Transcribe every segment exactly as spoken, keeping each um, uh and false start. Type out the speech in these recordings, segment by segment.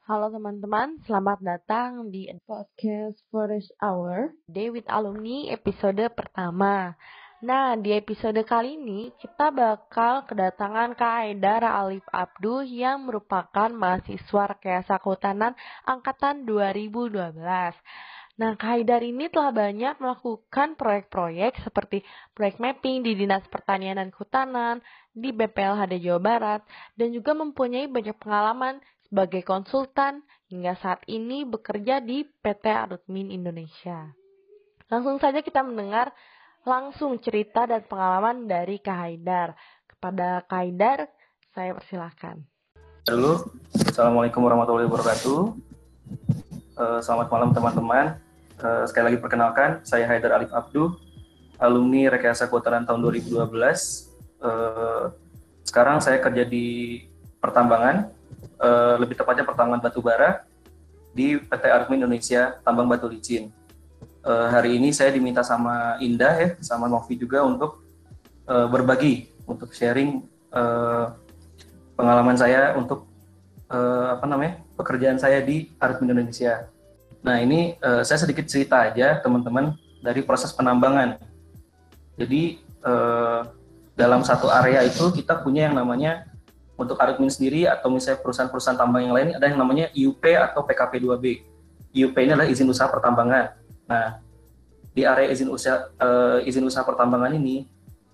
Halo teman-teman, selamat datang di podcast Forest Hour Day with Alumni episode pertama. Nah, di episode kali ini kita bakal kedatangan Kak Haidar Alif Abduh yang merupakan mahasiswa Rekayasa Kehutanan angkatan dua ribu dua belas. Nah, Kak Haidar ini telah banyak melakukan proyek-proyek seperti proyek mapping di Dinas Pertanian dan Kehutanan, di B P L H D Jawa Barat, dan juga mempunyai banyak pengalaman sebagai konsultan hingga saat ini bekerja di P T Arutmin Indonesia. Langsung saja kita mendengar langsung cerita dan pengalaman dari Kak Haidar. Kepada Kak Haidar, saya persilahkan. Halo, Assalamualaikum warahmatullahi wabarakatuh. Uh, selamat malam teman-teman. Uh, sekali lagi perkenalkan, saya Haidar Alif Abduh, alumni Rekayasa Kehutanan tahun dua ribu dua belas. Uh, sekarang saya kerja di pertambangan, uh, lebih tepatnya pertambangan batubara di P T Arutmin Indonesia Tambang Batu Licin. Uh, hari ini saya diminta sama Indah ya, sama Novi juga untuk uh, berbagi, untuk sharing uh, pengalaman saya untuk uh, apa namanya pekerjaan saya di Arutmin Indonesia. Nah ini uh, saya sedikit cerita aja teman-teman dari proses penambangan. Jadi uh, dalam satu area itu kita punya yang namanya untuk Arutmin sendiri atau misalnya perusahaan-perusahaan tambang yang lain ada yang namanya I U P atau P K P dua B. I U P ini adalah izin usaha pertambangan. Nah di area izin usaha uh, izin usaha pertambangan ini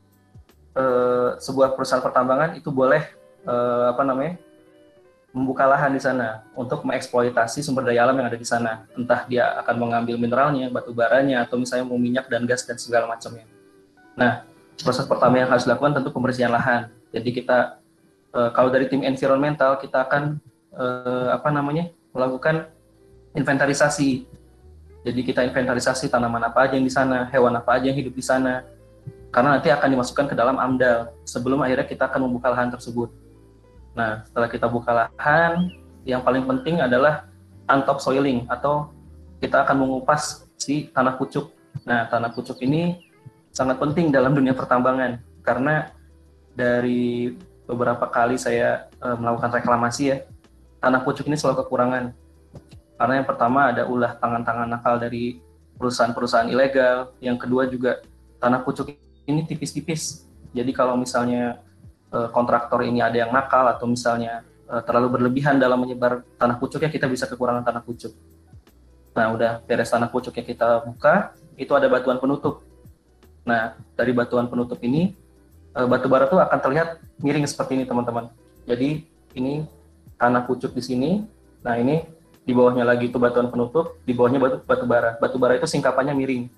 uh, sebuah perusahaan pertambangan itu boleh uh, apa namanya membuka lahan di sana untuk mengeksploitasi sumber daya alam yang ada di sana. Entah dia akan mengambil mineralnya, batu baranya, atau misalnya mau minyak dan gas dan segala macamnya. Nah, proses pertama yang harus dilakukan tentu pembersihan lahan. Jadi kita e, kalau dari tim environmental kita akan e, apa namanya melakukan inventarisasi. Jadi kita inventarisasi tanaman apa aja yang di sana, hewan apa aja yang hidup di sana. Karena nanti akan dimasukkan ke dalam AMDAL sebelum akhirnya kita akan membuka lahan tersebut. Nah, setelah kita buka lahan, yang paling penting adalah untop soiling atau kita akan mengupas si tanah pucuk. Nah, tanah pucuk ini sangat penting dalam dunia pertambangan karena dari beberapa kali saya e, melakukan reklamasi ya, tanah pucuk ini selalu kekurangan. Karena yang pertama ada ulah tangan-tangan nakal dari perusahaan-perusahaan ilegal, yang kedua juga tanah pucuk ini tipis-tipis. Jadi kalau misalnya kontraktor ini ada yang nakal atau misalnya uh, terlalu berlebihan dalam menyebar tanah pucuknya, kita bisa kekurangan tanah pucuk. Nah, udah beres tanah pucuknya kita buka, itu ada batuan penutup. Nah, dari batuan penutup ini, uh, batu bara tuh akan terlihat miring seperti ini, teman-teman. Jadi, ini tanah pucuk di sini. Nah, ini di bawahnya lagi itu batuan penutup, di bawahnya batu, batu bara. Batu bara itu singkapannya miring.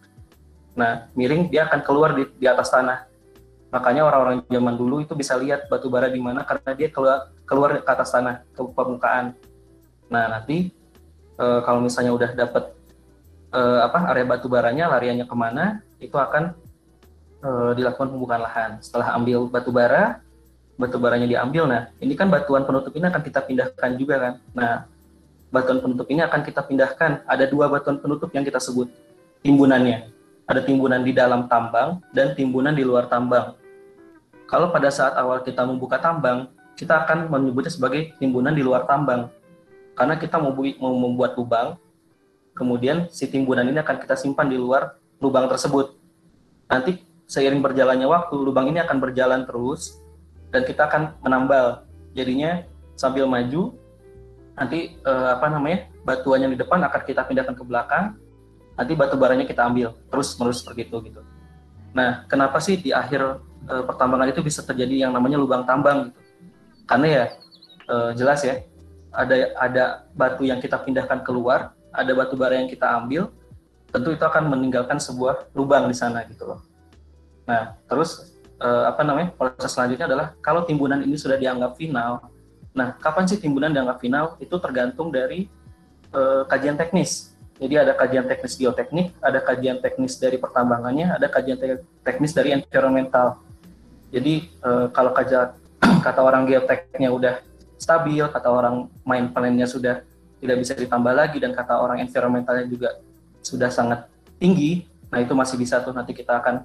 Nah, miring dia akan keluar di, di atas tanah. Makanya orang-orang zaman dulu itu bisa lihat batu bara di mana karena dia keluar keluar ke atas tanah, ke permukaan. Nah, nanti e, kalau misalnya udah dapat e, apa area batu baranya, lariannya kemana, itu akan e, dilakukan pembukaan lahan. Setelah ambil batu bara, batu baranya diambil. Nah, ini kan batuan penutup ini akan kita pindahkan juga kan. Nah, batuan penutup ini akan kita pindahkan. Ada dua batuan penutup yang kita sebut timbunannya. Ada timbunan di dalam tambang dan timbunan di luar tambang. Kalau pada saat awal kita membuka tambang, kita akan menyebutnya sebagai timbunan di luar tambang. Karena kita mau, mau membuat lubang, kemudian si timbunan ini akan kita simpan di luar lubang tersebut. Nanti seiring berjalannya waktu, lubang ini akan berjalan terus, dan kita akan menambal. Jadinya sambil maju, nanti eh, apa namanya batuan yang di depan akan kita pindahkan ke belakang, nanti batu baranya kita ambil, terus menerus seperti itu gitu. Nah, kenapa sih di akhir e, pertambangan itu bisa terjadi yang namanya lubang tambang gitu? Karena ya e, jelas ya, ada ada batu yang kita pindahkan keluar, ada batu bara yang kita ambil, tentu itu akan meninggalkan sebuah lubang di sana gitu loh. Nah, terus e, apa namanya? Proses selanjutnya adalah kalau timbunan ini sudah dianggap final. Nah, kapan sih timbunan dianggap final? Itu tergantung dari e, kajian teknis. Jadi ada kajian teknis geoteknik, ada kajian teknis dari pertambangannya, ada kajian te- teknis dari environmental. Jadi e, kalau kajian kata orang geotekniknya udah stabil, kata orang mine plan-nya sudah tidak bisa ditambah lagi, dan kata orang environmentalnya juga sudah sangat tinggi, nah itu masih bisa tuh nanti kita akan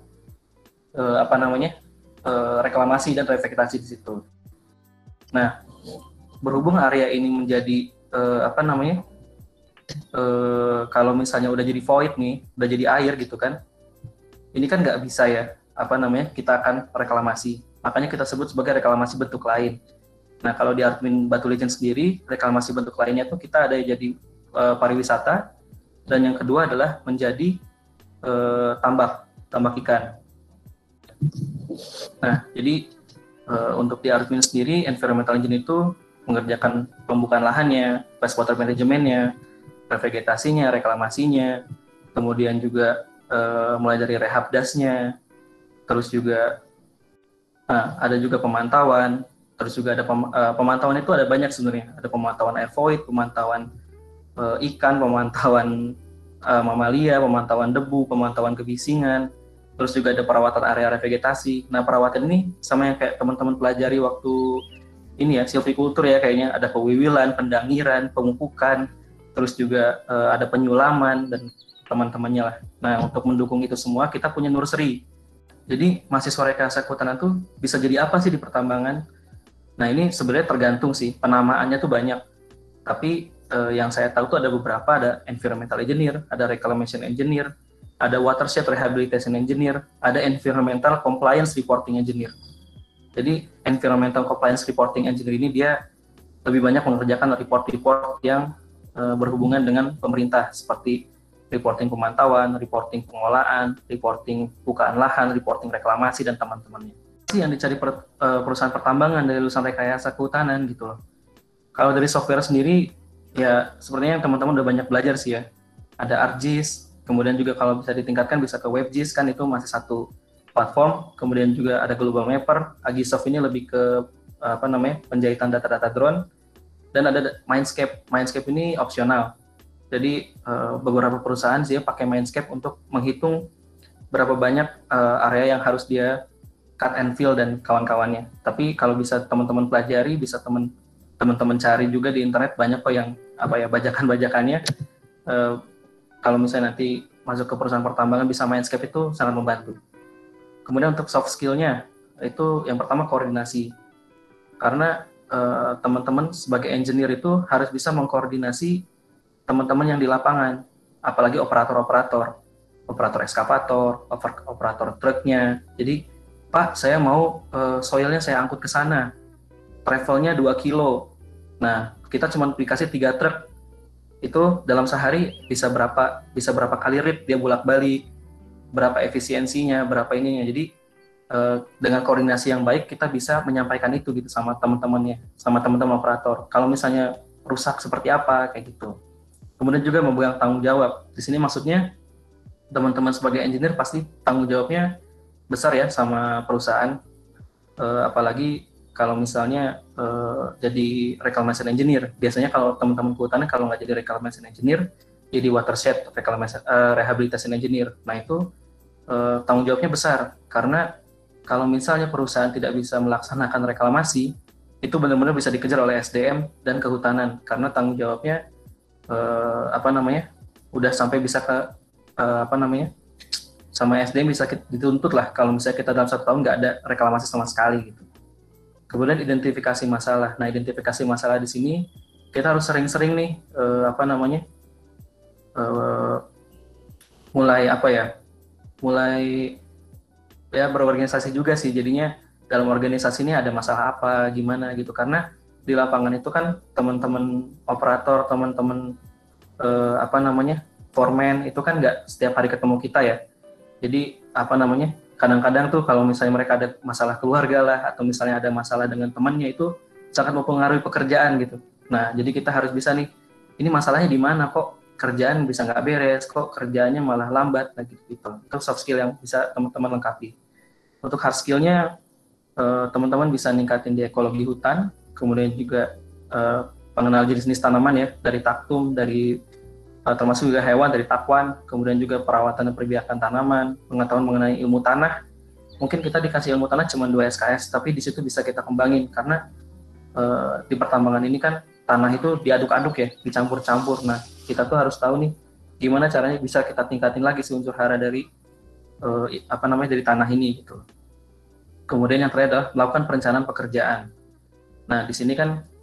e, apa namanya e, reklamasi dan revegetasi di situ. Nah, berhubung area ini menjadi uh, apa namanya uh, kalau misalnya udah jadi void nih, udah jadi air gitu kan, ini kan nggak bisa ya, apa namanya, kita akan reklamasi. Makanya kita sebut sebagai reklamasi bentuk lain. Nah, kalau di admin Batu Licin sendiri, reklamasi bentuk lainnya tuh kita ada jadi uh, pariwisata, dan yang kedua adalah menjadi uh, tambak, tambak ikan. Nah, jadi uh, untuk di admin sendiri, environmental engineer itu mengerjakan pembukaan lahannya, wastewater manajemennya, revegetasinya, reklamasinya, kemudian juga uh, mulai dari rehab dasnya, terus juga nah, ada juga pemantauan, terus juga ada pem, uh, pemantauan itu ada banyak sebenarnya, ada pemantauan air void, pemantauan uh, ikan, pemantauan uh, mamalia, pemantauan debu, pemantauan kebisingan, terus juga ada perawatan area vegetasi. Nah, perawatan ini sama yang kayak teman-teman pelajari waktu ini ya, silvikultur ya, kayaknya ada pewiwilan, pendangiran, pemupukan, terus juga uh, ada penyulaman dan teman-temannya lah. Nah, untuk mendukung itu semua kita punya nursery. Jadi mahasiswa rekayasa kehutanan tuh bisa jadi apa sih di pertambangan? Nah, ini sebenarnya tergantung sih, penamaannya tuh banyak. Tapi uh, yang saya tahu tuh ada beberapa, ada environmental engineer, ada reclamation engineer, ada watershed rehabilitation engineer, ada environmental compliance reporting engineer. Jadi environmental compliance reporting engineer ini dia lebih banyak mengerjakan report-report yang uh, berhubungan dengan pemerintah, seperti reporting pemantauan, reporting pengolahan, reporting bukaan lahan, reporting reklamasi, dan teman-temannya. Ini yang dicari per, uh, perusahaan pertambangan dari lulusan rekayasa kehutanan gitu loh. Kalau dari software sendiri, ya sepertinya teman-teman udah banyak belajar sih ya. Ada ArcGIS, kemudian juga kalau bisa ditingkatkan bisa ke WebGIS, kan itu masih satu platform. Kemudian juga ada Global Mapper. Agisoft ini lebih ke apa namanya, penjahitan data-data drone. Dan ada Mindscape. Mindscape ini opsional. Jadi uh, beberapa perusahaan sih pakai Mindscape untuk menghitung berapa banyak uh, area yang harus dia cut and fill dan kawan-kawannya. Tapi kalau bisa teman-teman pelajari, bisa teman teman-teman cari juga di internet, banyak kok yang apa ya, bajakan-bajakannya. Uh, kalau misalnya nanti masuk ke perusahaan pertambangan bisa Mindscape, itu sangat membantu. Kemudian untuk soft skill-nya, itu yang pertama koordinasi. Karena uh, teman-teman sebagai engineer itu harus bisa mengkoordinasi teman-teman yang di lapangan, apalagi operator-operator, operator ekskavator, operator truknya. Jadi, Pak, saya mau uh, soilnya saya angkut ke sana, travelnya dua kilo. Nah, kita cuma dikasih tiga truk, itu dalam sehari bisa berapa bisa berapa kali rip dia bolak-balik, berapa efisiensinya, berapa ininya. Jadi uh, dengan koordinasi yang baik kita bisa menyampaikan itu gitu sama teman-temannya, sama teman-teman operator. Kalau misalnya rusak seperti apa, kayak gitu. Kemudian juga memegang tanggung jawab. Di sini maksudnya teman-teman sebagai engineer pasti tanggung jawabnya besar ya sama perusahaan. Uh, apalagi kalau misalnya uh, jadi reclamation engineer. Biasanya kalau teman-teman kehutanan kalau nggak jadi reclamation engineer, jadi watershed reclamation, uh, rehabilitation engineer. Nah itu uh, tanggung jawabnya besar. Karena kalau misalnya perusahaan tidak bisa melaksanakan reklamasi, itu benar-benar bisa dikejar oleh S D M dan kehutanan. Karena tanggung jawabnya Uh, apa namanya udah sampai bisa ke uh, apa namanya sama S D M bisa dituntut lah kalau misalnya kita dalam satu tahun nggak ada reklamasi sama sekali gitu. Kemudian identifikasi masalah. Nah, identifikasi masalah di sini kita harus sering-sering nih uh, apa namanya uh, mulai apa ya mulai ya berorganisasi juga sih. Jadinya dalam organisasi ini ada masalah apa gimana gitu, karena di lapangan itu kan teman-teman operator, teman-teman eh, apa namanya foreman itu kan nggak setiap hari ketemu kita ya. Jadi apa namanya kadang-kadang tuh kalau misalnya mereka ada masalah keluarga lah, atau misalnya ada masalah dengan temannya, itu sangat mempengaruhi pekerjaan gitu. Nah, jadi kita harus bisa nih, ini masalahnya di mana, kok kerjaan bisa nggak beres, kok kerjaannya malah lambat, nah gitu gitu. Itu soft skill yang bisa teman-teman lengkapi. Untuk hard skill-nya eh, teman-teman bisa ningkatin di ekologi hutan. Kemudian juga uh, pengenal jenis-jenis tanaman ya, dari taktum, dari uh, termasuk juga hewan dari takwan, kemudian juga perawatan dan perbiakan tanaman, pengetahuan mengenai ilmu tanah. Mungkin kita dikasih ilmu tanah cuma dua S K S, tapi di situ bisa kita kembangin karena uh, di pertambangan ini kan tanah itu diaduk-aduk ya, dicampur-campur. Nah, kita tuh harus tahu nih gimana caranya bisa kita tingkatin lagi si unsur hara dari uh, apa namanya dari tanah ini gitu. Kemudian yang terakhir adalah melakukan perencanaan pekerjaan. Nah, di sini kan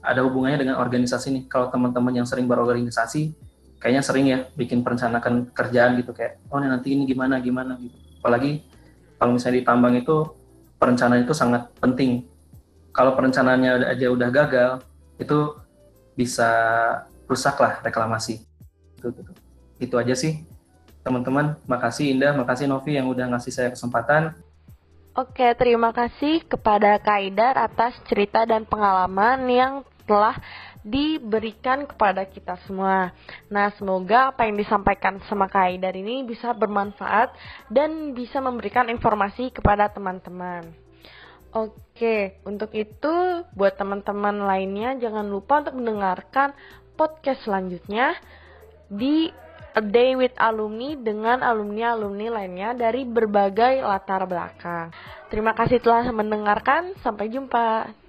ada hubungannya dengan organisasi nih. Kalau teman-teman yang sering berorganisasi, kayaknya sering ya bikin perencanaan kerjaan gitu kayak, oh nanti ini gimana gimana gitu. Apalagi kalau misalnya di tambang itu perencanaan itu sangat penting. Kalau perencanaannya aja udah gagal, itu bisa rusak lah reklamasi. Itu, itu, itu aja sih teman-teman. Makasih Indah, makasih Novi yang udah ngasih saya kesempatan. Oke, terima kasih kepada Kak Haidar atas cerita dan pengalaman yang telah diberikan kepada kita semua. Nah, semoga apa yang disampaikan sama Kak Haidar ini bisa bermanfaat dan bisa memberikan informasi kepada teman-teman. Oke, untuk itu buat teman-teman lainnya jangan lupa untuk mendengarkan podcast selanjutnya di A Day with Alumni dengan alumni-alumni lainnya dari berbagai latar belakang. Terima kasih telah mendengarkan, sampai jumpa.